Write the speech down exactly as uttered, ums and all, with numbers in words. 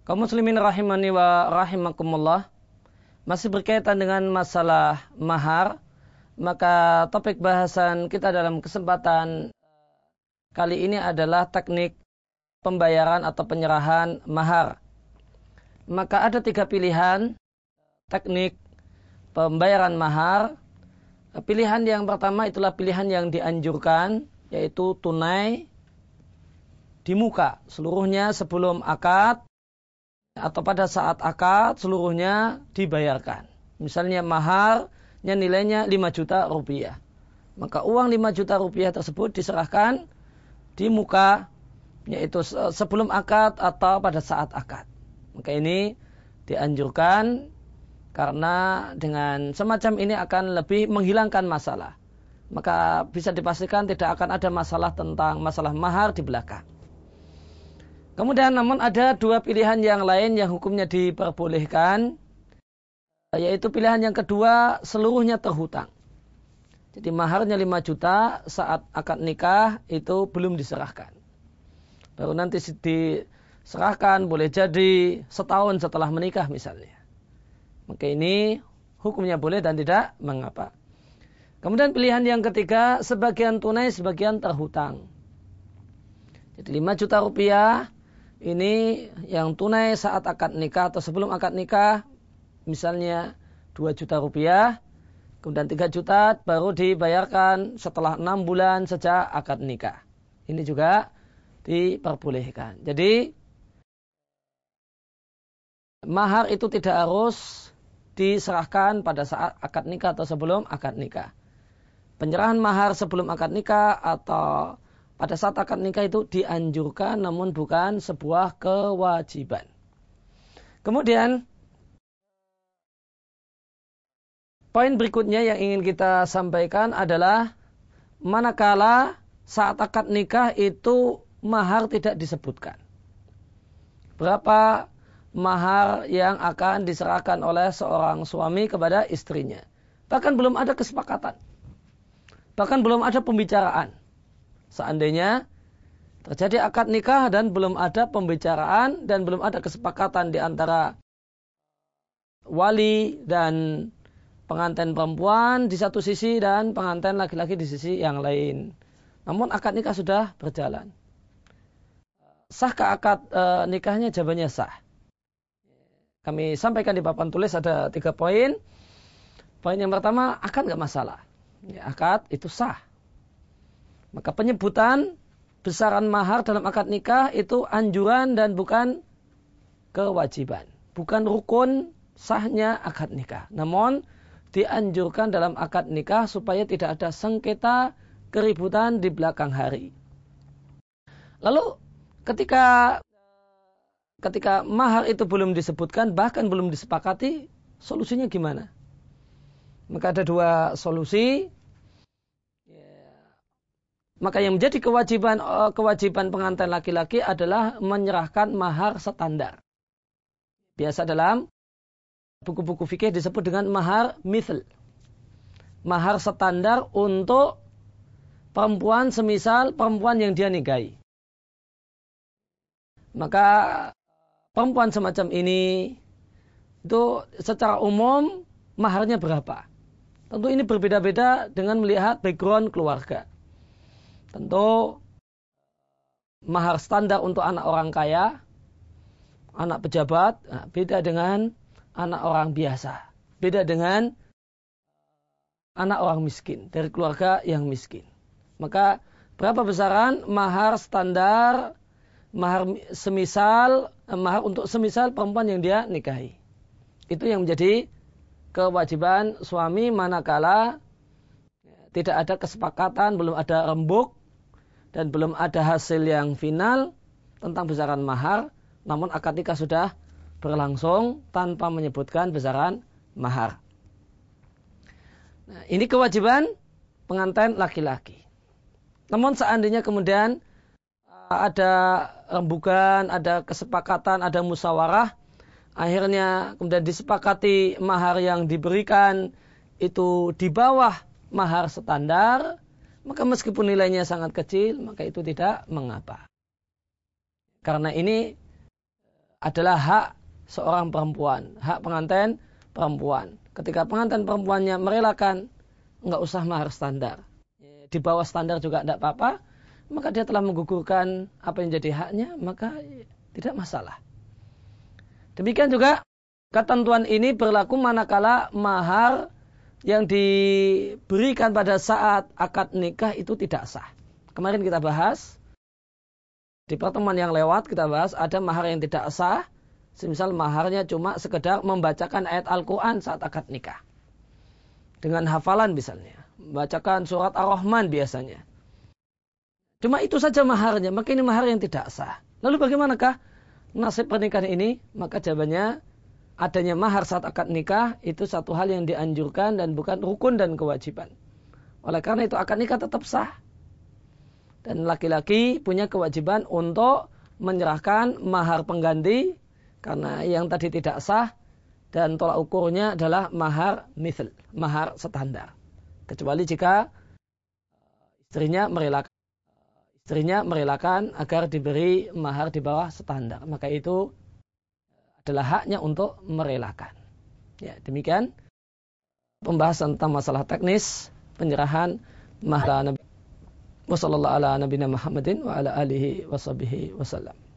Kaum muslimin rahimani wa rahimakumullah, masih berkaitan dengan masalah mahar, maka topik bahasan kita dalam kesempatan kali ini adalah teknik pembayaran atau penyerahan mahar. Maka ada tiga pilihan teknik pembayaran mahar. Pilihan yang pertama itulah pilihan yang dianjurkan, yaitu tunai di muka seluruhnya sebelum akad, atau pada saat akad seluruhnya dibayarkan. Misalnya maharnya nilainya lima juta rupiah. Maka uang lima juta rupiah tersebut diserahkan di muka, yaitu sebelum akad atau pada saat akad. Maka ini dianjurkan karena dengan semacam ini akan lebih menghilangkan masalah. Maka bisa dipastikan tidak akan ada masalah tentang masalah mahar di belakang. Kemudian namun ada dua pilihan yang lain yang hukumnya diperbolehkan, yaitu pilihan yang kedua seluruhnya terhutang. Jadi maharnya lima juta saat akad nikah itu belum diserahkan. Baru nanti diserahkan boleh jadi setahun setelah menikah misalnya. Maka ini hukumnya boleh dan tidak mengapa. Kemudian pilihan yang ketiga sebagian tunai sebagian terhutang. Jadi lima juta rupiah ini yang tunai saat akad nikah atau sebelum akad nikah, misalnya dua juta rupiah, kemudian tiga juta baru dibayarkan setelah enam bulan sejak akad nikah. Ini juga diperbolehkan. Jadi mahar itu tidak harus diserahkan pada saat akad nikah atau sebelum akad nikah. Penyerahan mahar sebelum akad nikah atau pada saat akad nikah itu dianjurkan namun bukan sebuah kewajiban. Kemudian poin berikutnya yang ingin kita sampaikan adalah manakala saat akad nikah itu mahar tidak disebutkan. Berapa mahar yang akan diserahkan oleh seorang suami kepada istrinya. Bahkan belum ada kesepakatan. Bahkan belum ada pembicaraan. Seandainya terjadi akad nikah dan belum ada pembicaraan dan belum ada kesepakatan di antara wali dan pengantin perempuan di satu sisi dan pengantin laki-laki di sisi yang lain. Namun akad nikah sudah berjalan. Sahkah akad e, nikahnya? Jawabannya sah. Kami sampaikan di papan tulis ada tiga poin. Poin yang pertama, akad nggak masalah. Ya, akad itu sah. Maka penyebutan besaran mahar dalam akad nikah itu anjuran dan bukan kewajiban. Bukan rukun sahnya akad nikah. Namun dianjurkan dalam akad nikah supaya tidak ada sengketa keributan di belakang hari. Lalu ketika ketika mahar itu belum disebutkan, bahkan belum disepakati, solusinya gimana? Maka ada dua solusi. Maka yang menjadi kewajiban kewajiban pengantin laki-laki adalah menyerahkan mahar standar. Biasa dalam buku-buku fikih disebut dengan mahar mithl. Mahar standar untuk perempuan semisal perempuan yang dia nikahi. Maka perempuan semacam ini itu secara umum maharnya berapa? Tentu ini berbeda-beda dengan melihat background keluarga. Tentu mahar standar untuk anak orang kaya, anak pejabat, nah, beda dengan anak orang biasa. Beda dengan anak orang miskin, dari keluarga yang miskin. Maka berapa besaran mahar standar, mahar semisal, mahar untuk semisal perempuan yang dia nikahi. Itu yang menjadi kewajiban suami manakala tidak ada kesepakatan, belum ada rembuk, dan belum ada hasil yang final tentang besaran mahar, namun akad nikah sudah berlangsung tanpa menyebutkan besaran mahar. Nah, ini kewajiban pengantin laki-laki. Namun seandainya kemudian ada rembukan, ada kesepakatan, ada musyawarah, akhirnya kemudian disepakati mahar yang diberikan itu di bawah mahar standar, maka meskipun nilainya sangat kecil, maka itu tidak mengapa. Karena ini adalah hak seorang perempuan, hak pengantin perempuan. Ketika pengantin perempuannya merelakan, nggak usah mahar standar, di bawah standar juga tidak apa-apa, maka dia telah menggugurkan apa yang jadi haknya, maka tidak masalah. Demikian juga ketentuan ini berlaku manakala mahar yang diberikan pada saat akad nikah itu tidak sah. Kemarin kita bahas, di pertemuan yang lewat kita bahas ada mahar yang tidak sah, semisal maharnya cuma sekedar membacakan ayat Al-Quran saat akad nikah. Dengan hafalan misalnya, membacakan surat Ar-Rahman biasanya. Cuma itu saja maharnya, maka ini mahar yang tidak sah. Lalu bagaimanakah nasib pernikahan ini? Maka jawabannya, adanya mahar saat akad nikah itu satu hal yang dianjurkan dan bukan rukun dan kewajiban. Oleh karena itu akad nikah tetap sah. Dan laki-laki punya kewajiban untuk menyerahkan mahar pengganti karena yang tadi tidak sah dan tolak ukurnya adalah mahar mithl, mahar standar. Kecuali jika istrinya merelakan istrinya merelakan agar diberi mahar di bawah standar, maka itu adalah haknya untuk merelakan. Ya, demikian pembahasan tentang masalah teknis penyerahan mahar Nabi. Wassallallahu ala nabiyina Muhammadin wa ala alihi washabihi wasallam.